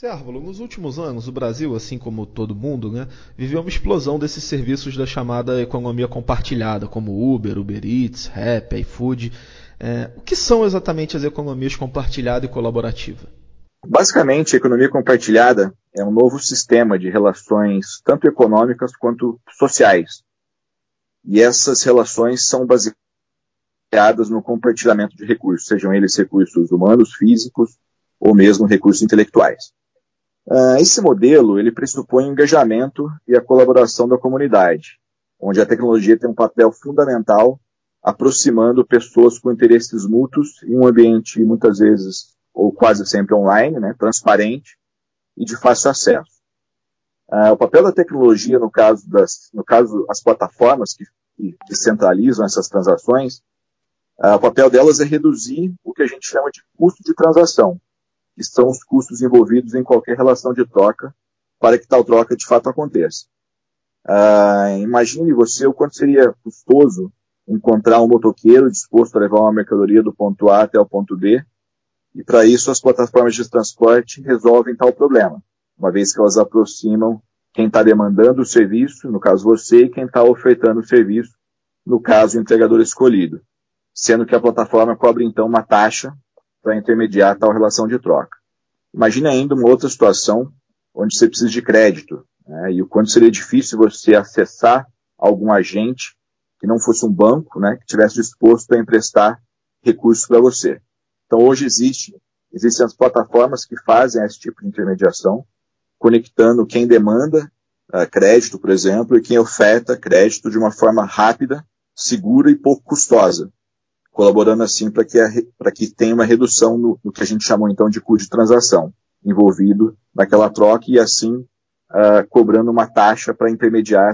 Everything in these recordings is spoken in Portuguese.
Cérvulo, nos últimos anos, o Brasil, assim como todo mundo, né, viveu uma explosão desses serviços da chamada economia compartilhada, como Uber, Uber Eats, Rappi, iFood. O que são exatamente as economias compartilhada e colaborativa? Basicamente, a economia compartilhada é um novo sistema de relações, tanto econômicas quanto sociais. E essas relações são baseadas no compartilhamento de recursos, sejam eles recursos humanos, físicos ou mesmo recursos intelectuais. Esse modelo ele pressupõe o engajamento e a colaboração da comunidade, onde a tecnologia tem um papel fundamental aproximando pessoas com interesses mútuos em um ambiente muitas vezes ou quase sempre online, né, transparente e de fácil acesso. O papel da tecnologia, no caso as plataformas que centralizam essas transações, o papel delas é reduzir o que a gente chama de custo de transação, que são os custos envolvidos em qualquer relação de troca para que tal troca de fato aconteça. Imagine você o quanto seria custoso encontrar um motoqueiro disposto a levar uma mercadoria do ponto A até o ponto B, e para isso as plataformas de transporte resolvem tal problema, uma vez que elas aproximam quem está demandando o serviço, no caso você, e quem está ofertando o serviço, no caso o entregador escolhido, sendo que a plataforma cobra então uma taxa para intermediar tal relação de troca. Imagine ainda uma outra situação onde você precisa de crédito, né, e o quanto seria difícil você acessar algum agente que não fosse um banco, né, que estivesse disposto a emprestar recursos para você. Então hoje existem as plataformas que fazem esse tipo de intermediação, conectando quem demanda crédito, por exemplo, e quem oferta crédito de uma forma rápida, segura e pouco custosa, colaborando assim para que tenha uma redução no que a gente chamou então de custo de transação envolvido naquela troca e assim cobrando uma taxa para intermediar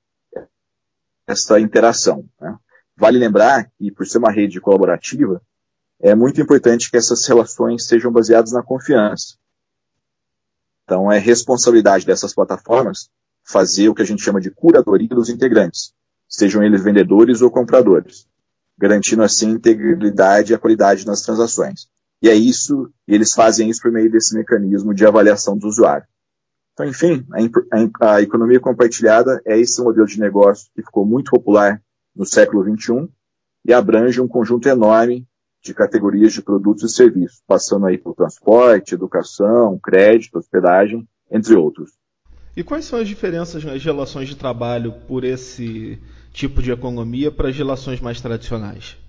essa interação, né? Vale lembrar que, por ser uma rede colaborativa, é muito importante que essas relações sejam baseadas na confiança. Então, é responsabilidade dessas plataformas fazer o que a gente chama de curadoria dos integrantes, sejam eles vendedores ou compradores, garantindo assim a integridade e a qualidade nas transações. E eles fazem isso por meio desse mecanismo de avaliação do usuário. Então, enfim, a economia compartilhada é esse modelo de negócio que ficou muito popular no século XXI e abrange um conjunto enorme de categorias de produtos e serviços, passando aí por transporte, educação, crédito, hospedagem, entre outros. E quais são as diferenças nas relações de trabalho por esse tipo de economia para as relações mais tradicionais?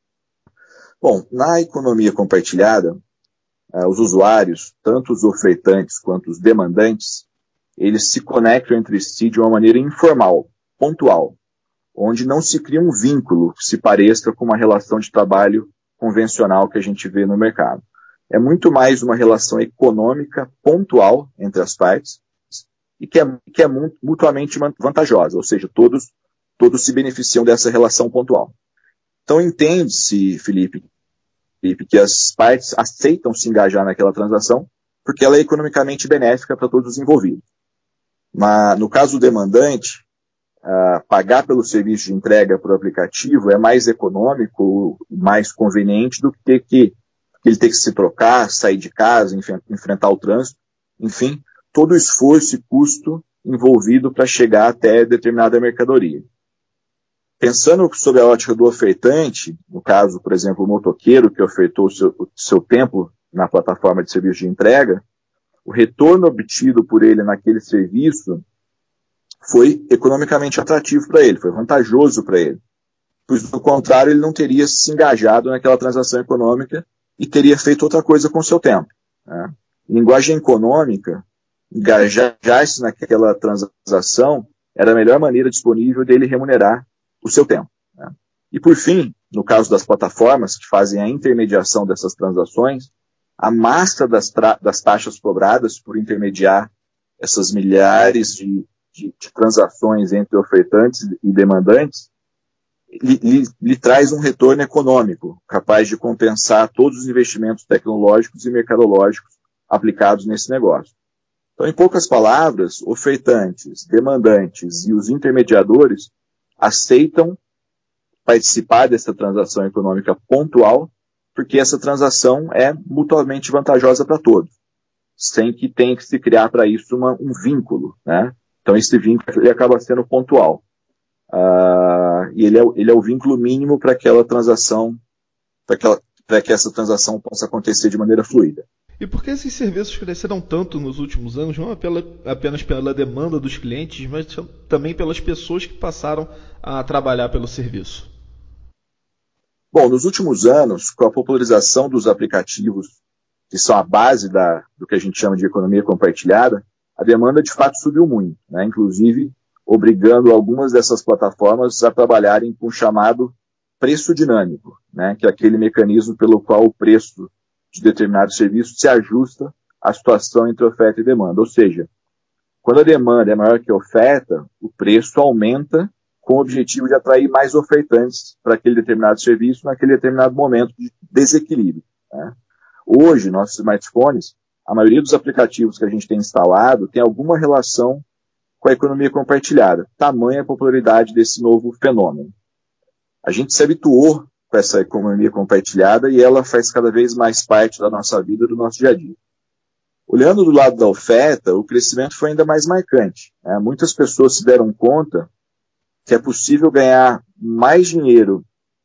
Bom, na economia compartilhada, os usuários, tanto os ofertantes quanto os demandantes, eles se conectam entre si de uma maneira informal, pontual, onde não se cria um vínculo que se pareça com uma relação de trabalho convencional que a gente vê no mercado. É muito mais uma relação econômica pontual entre as partes e que é mutuamente vantajosa, ou seja, todos se beneficiam dessa relação pontual. Então entende-se, Felipe, que as partes aceitam se engajar naquela transação porque ela é economicamente benéfica para todos os envolvidos. Mas, no caso do demandante, pagar pelo serviço de entrega por aplicativo é mais econômico, mais conveniente do que ele ter que se trocar, sair de casa, enfrentar o trânsito, enfim, todo o esforço e custo envolvido para chegar até determinada mercadoria. Pensando sobre a ótica do ofertante, no caso, por exemplo, o motoqueiro que ofertou o seu tempo na plataforma de serviço de entrega, o retorno obtido por ele naquele serviço foi economicamente atrativo para ele, foi vantajoso para ele. Pois, do contrário, ele não teria se engajado naquela transação econômica e teria feito outra coisa com o seu tempo, né? Em linguagem econômica, engajar-se naquela transação era a melhor maneira disponível dele remunerar o seu tempo, né? E, por fim, no caso das plataformas que fazem a intermediação dessas transações, a massa das taxas cobradas por intermediar essas milhares de transações entre ofertantes e demandantes lhe traz um retorno econômico capaz de compensar todos os investimentos tecnológicos e mercadológicos aplicados nesse negócio. Então, em poucas palavras, ofertantes, demandantes e os intermediadores aceitam participar dessa transação econômica pontual porque essa transação é mutuamente vantajosa para todos. sem que tenha que se criar para isso um vínculo, né? Então esse vínculo ele acaba sendo pontual. E ele é o vínculo mínimo para aquela transação, para que essa transação possa acontecer de maneira fluida. E por que esses serviços cresceram tanto nos últimos anos, não apenas pela demanda dos clientes, mas também pelas pessoas que passaram a trabalhar pelo serviço? Bom, nos últimos anos, com a popularização dos aplicativos, que são a base do que a gente chama de economia compartilhada, a demanda de fato subiu muito, né? Inclusive obrigando algumas dessas plataformas a trabalharem com o chamado preço dinâmico, né? Que é aquele mecanismo pelo qual o preço de determinado serviço se ajusta à situação entre oferta e demanda. Ou seja, quando a demanda é maior que a oferta, o preço aumenta com o objetivo de atrair mais ofertantes para aquele determinado serviço naquele determinado momento de desequilíbrio, né? Hoje, nossos smartphones, a maioria dos aplicativos que a gente tem instalado tem alguma relação com a economia compartilhada, tamanha a popularidade desse novo fenômeno. A gente se habituou com essa economia compartilhada e ela faz cada vez mais parte da nossa vida, do nosso dia a dia. Olhando do lado da oferta, o crescimento foi ainda mais marcante, né? Muitas pessoas se deram conta que é possível ganhar mais dinheiro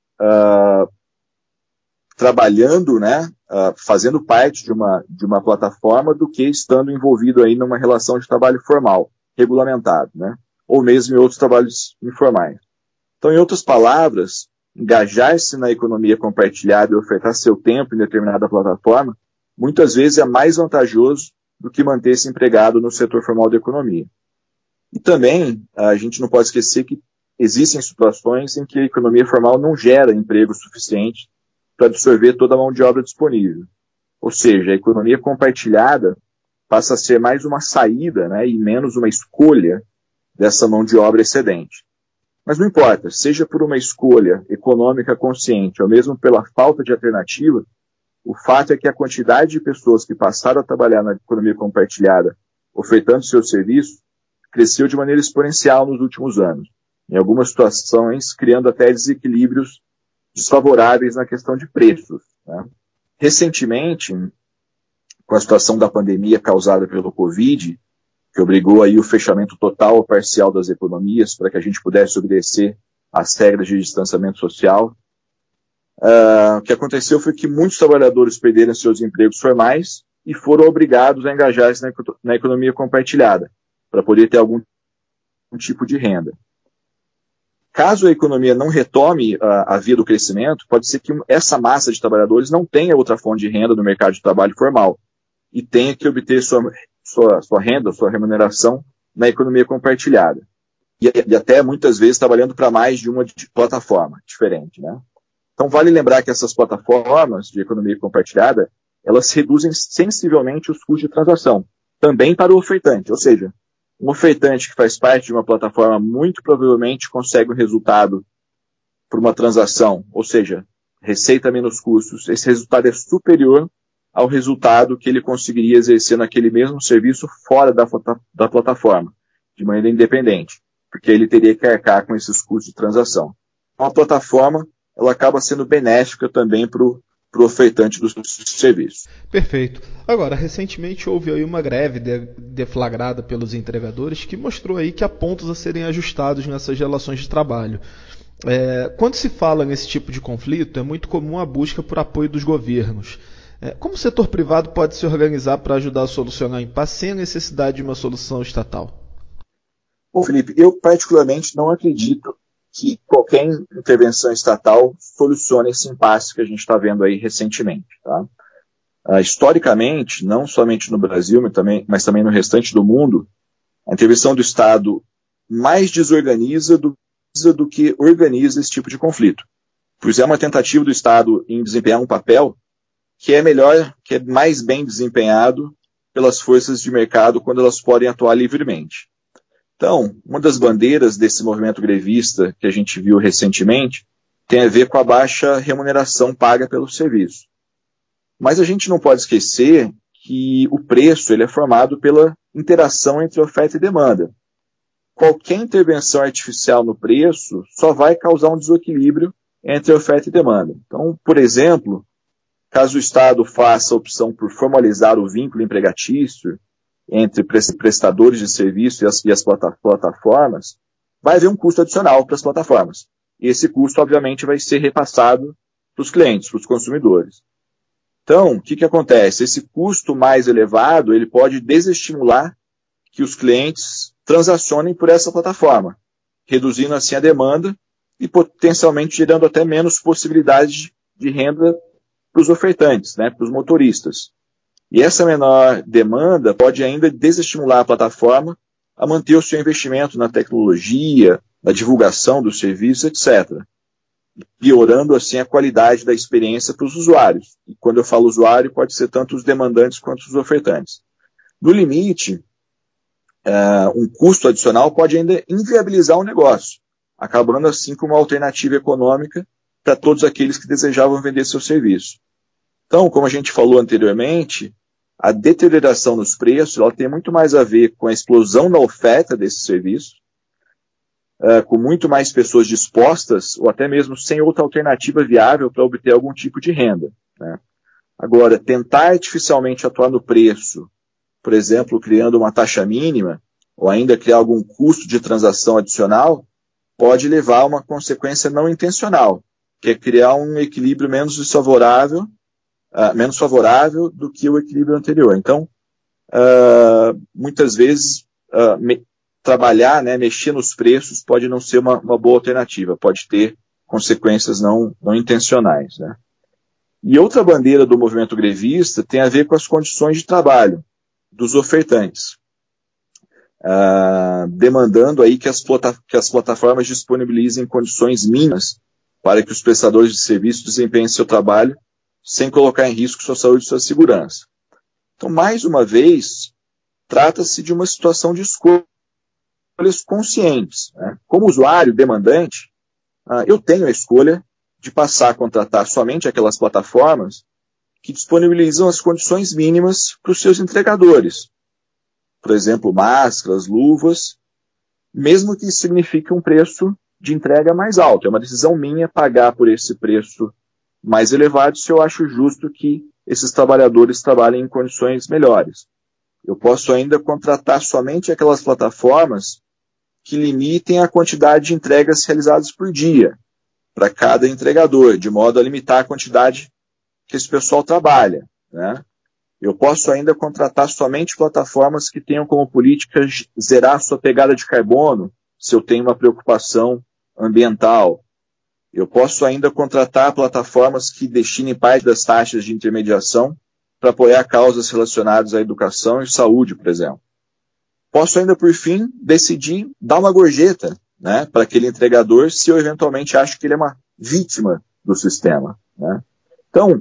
trabalhando, né, fazendo parte de uma plataforma do que estando envolvido aí numa relação de trabalho formal, regulamentado, né, ou mesmo em outros trabalhos informais. Então, em outras palavras, engajar-se na economia compartilhada e ofertar seu tempo em determinada plataforma, muitas vezes é mais vantajoso do que manter-se empregado no setor formal da economia. E também, a gente não pode esquecer que existem situações em que a economia formal não gera emprego suficiente para absorver toda a mão de obra disponível. Ou seja, a economia compartilhada passa a ser mais uma saída, né, e menos uma escolha dessa mão de obra excedente. Mas não importa, seja por uma escolha econômica consciente ou mesmo pela falta de alternativa, o fato é que a quantidade de pessoas que passaram a trabalhar na economia compartilhada, ofertando seus serviços, cresceu de maneira exponencial nos últimos anos, em algumas situações criando até desequilíbrios desfavoráveis na questão de preços, né? Recentemente, com a situação da pandemia causada pelo Covid, que obrigou aí o fechamento total ou parcial das economias para que a gente pudesse obedecer às regras de distanciamento social, o que aconteceu foi que muitos trabalhadores perderam seus empregos formais e foram obrigados a engajar-se na economia compartilhada, para poder ter algum tipo de renda. Caso a economia não retome a via do crescimento, pode ser que essa massa de trabalhadores não tenha outra fonte de renda no mercado de trabalho formal e tenha que obter sua renda, sua remuneração na economia compartilhada. E até muitas vezes trabalhando para mais de uma plataforma diferente, né? Então vale lembrar que essas plataformas de economia compartilhada, elas reduzem sensivelmente os custos de transação, também para o ofertante, ou seja, um ofertante que faz parte de uma plataforma muito provavelmente consegue o resultado por uma transação, ou seja, receita menos custos. Esse resultado é superior ao resultado que ele conseguiria exercer naquele mesmo serviço fora da plataforma, de maneira independente, porque ele teria que arcar com esses custos de transação. Então, a plataforma ela acaba sendo benéfica também para o ofertante dos serviços. Perfeito. Agora, recentemente houve aí uma greve deflagrada pelos entregadores que mostrou aí que há pontos a serem ajustados nessas relações de trabalho. Quando se fala nesse tipo de conflito, é muito comum a busca por apoio dos governos. Como o setor privado pode se organizar para ajudar a solucionar o impasse sem a necessidade de uma solução estatal? Bom, Felipe, eu particularmente não acredito que qualquer intervenção estatal solucione esse impasse que a gente está vendo aí recentemente, tá? Historicamente, não somente no Brasil, mas também no restante do mundo, a intervenção do Estado mais desorganiza do que organiza esse tipo de conflito. Pois é uma tentativa do Estado em desempenhar um papel que é melhor, que é mais bem desempenhado pelas forças de mercado quando elas podem atuar livremente. Então, uma das bandeiras desse movimento grevista que a gente viu recentemente tem a ver com a baixa remuneração paga pelo serviço. Mas a gente não pode esquecer que o preço ele é formado pela interação entre oferta e demanda. Qualquer intervenção artificial no preço só vai causar um desequilíbrio entre oferta e demanda. Então, por exemplo, caso o Estado faça a opção por formalizar o vínculo empregatício entre prestadores de serviço e as plataformas, vai haver um custo adicional para as plataformas. E esse custo, obviamente, vai ser repassado para os clientes, para os consumidores. Então, o que acontece? Esse custo mais elevado, ele pode desestimular que os clientes transacionem por essa plataforma, reduzindo assim a demanda e potencialmente gerando até menos possibilidade de renda para os ofertantes, né, para os motoristas. E essa menor demanda pode ainda desestimular a plataforma a manter o seu investimento na tecnologia, na divulgação dos serviços, etc., piorando assim a qualidade da experiência para os usuários. E quando eu falo usuário, pode ser tanto os demandantes quanto os ofertantes. No limite, um custo adicional pode ainda inviabilizar o negócio, acabando assim com uma alternativa econômica para todos aqueles que desejavam vender seu serviço. Então, como a gente falou anteriormente, a deterioração nos preços ela tem muito mais a ver com a explosão da oferta desse serviço, com muito mais pessoas dispostas, ou até mesmo sem outra alternativa viável para obter algum tipo de renda, né? Agora, tentar artificialmente atuar no preço, por exemplo, criando uma taxa mínima, ou ainda criar algum custo de transação adicional, pode levar a uma consequência não intencional, que é criar um equilíbrio menos favorável do que o equilíbrio anterior. Então, muitas vezes, trabalhar, né, mexer nos preços pode não ser uma boa alternativa, pode ter consequências não intencionais, né? E outra bandeira do movimento grevista tem a ver com as condições de trabalho dos ofertantes, demandando aí que as plataformas disponibilizem condições mínimas para que os prestadores de serviço desempenhem seu trabalho sem colocar em risco sua saúde e sua segurança. Então, mais uma vez, trata-se de uma situação de escolhas conscientes, né? Como usuário demandante, eu tenho a escolha de passar a contratar somente aquelas plataformas que disponibilizam as condições mínimas para os seus entregadores. Por exemplo, máscaras, luvas, mesmo que isso signifique um preço de entrega mais alto. É uma decisão minha pagar por esse preço mais elevado se eu acho justo que esses trabalhadores trabalhem em condições melhores. Eu posso ainda contratar somente aquelas plataformas que limitem a quantidade de entregas realizadas por dia para cada entregador, de modo a limitar a quantidade que esse pessoal trabalha, né? Eu posso ainda contratar somente plataformas que tenham como política zerar sua pegada de carbono, se eu tenho uma preocupação ambiental. Eu posso ainda contratar plataformas que destinem parte das taxas de intermediação para apoiar causas relacionadas à educação e saúde, por exemplo. Posso ainda, por fim, decidir dar uma gorjeta, né, para aquele entregador se eu eventualmente acho que ele é uma vítima do sistema, né? Então,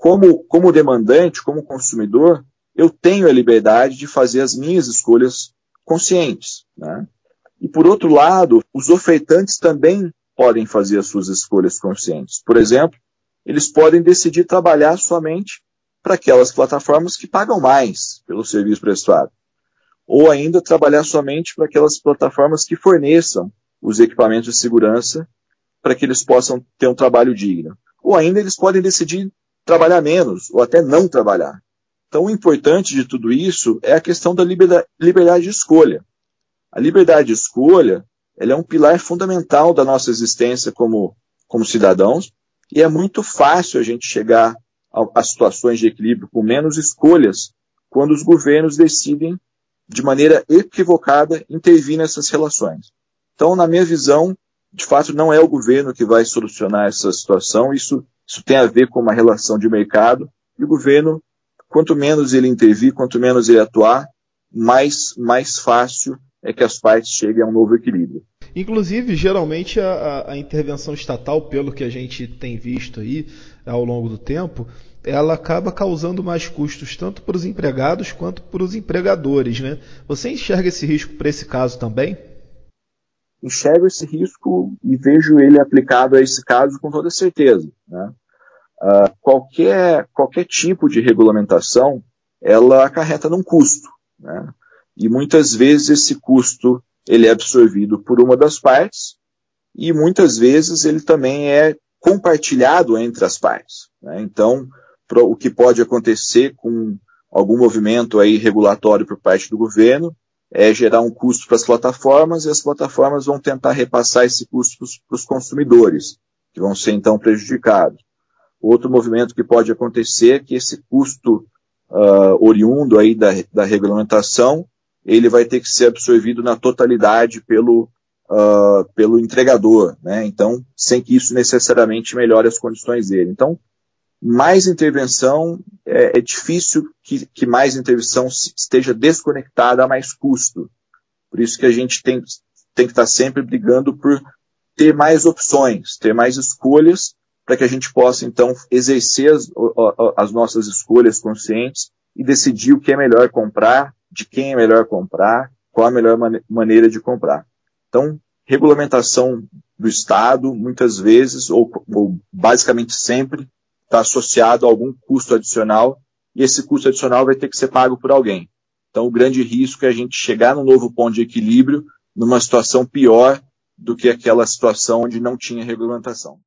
como demandante, como consumidor, eu tenho a liberdade de fazer as minhas escolhas conscientes, né? E, por outro lado, os ofertantes também podem fazer as suas escolhas conscientes. Por exemplo, eles podem decidir trabalhar somente para aquelas plataformas que pagam mais pelo serviço prestado. Ou ainda trabalhar somente para aquelas plataformas que forneçam os equipamentos de segurança para que eles possam ter um trabalho digno. Ou ainda eles podem decidir trabalhar menos, ou até não trabalhar. Então, o importante de tudo isso é a questão da liberdade de escolha. A liberdade de escolha, ela é um pilar fundamental da nossa existência como cidadãos, e é muito fácil a gente chegar a situações de equilíbrio com menos escolhas quando os governos decidem, de maneira equivocada, intervir nessas relações. Então, na minha visão, de fato, não é o governo que vai solucionar essa situação, isso tem a ver com uma relação de mercado, e o governo, quanto menos ele intervir, quanto menos ele atuar, mais fácil é que as partes cheguem a um novo equilíbrio. Inclusive, geralmente a intervenção estatal, pelo que a gente tem visto aí ao longo do tempo, ela acaba causando mais custos tanto para os empregados quanto para os empregadores, né? Você enxerga esse risco para esse caso também? Enxergo esse risco e vejo ele aplicado a esse caso com toda certeza, né? Qualquer tipo de regulamentação, ela acarreta num custo, né? E muitas vezes esse custo ele é absorvido por uma das partes e muitas vezes ele também é compartilhado entre as partes, né? Então, o que pode acontecer com algum movimento aí regulatório por parte do governo é gerar um custo para as plataformas, e as plataformas vão tentar repassar esse custo para os consumidores, que vão ser então prejudicados. Outro movimento que pode acontecer é que esse custo oriundo aí da regulamentação, ele vai ter que ser absorvido na totalidade pelo entregador, né? Então, sem que isso necessariamente melhore as condições dele. Então, mais intervenção, é difícil que mais intervenção esteja desconectada a mais custo. Por isso que a gente tem que estar sempre brigando por ter mais opções, ter mais escolhas, para que a gente possa, então, exercer as nossas escolhas conscientes e decidir o que é melhor comprar, de quem é melhor comprar, qual a melhor maneira de comprar. Então, regulamentação do Estado, muitas vezes, ou basicamente sempre, está associado a algum custo adicional, e esse custo adicional vai ter que ser pago por alguém. Então, o grande risco é a gente chegar num novo ponto de equilíbrio, numa situação pior do que aquela situação onde não tinha regulamentação.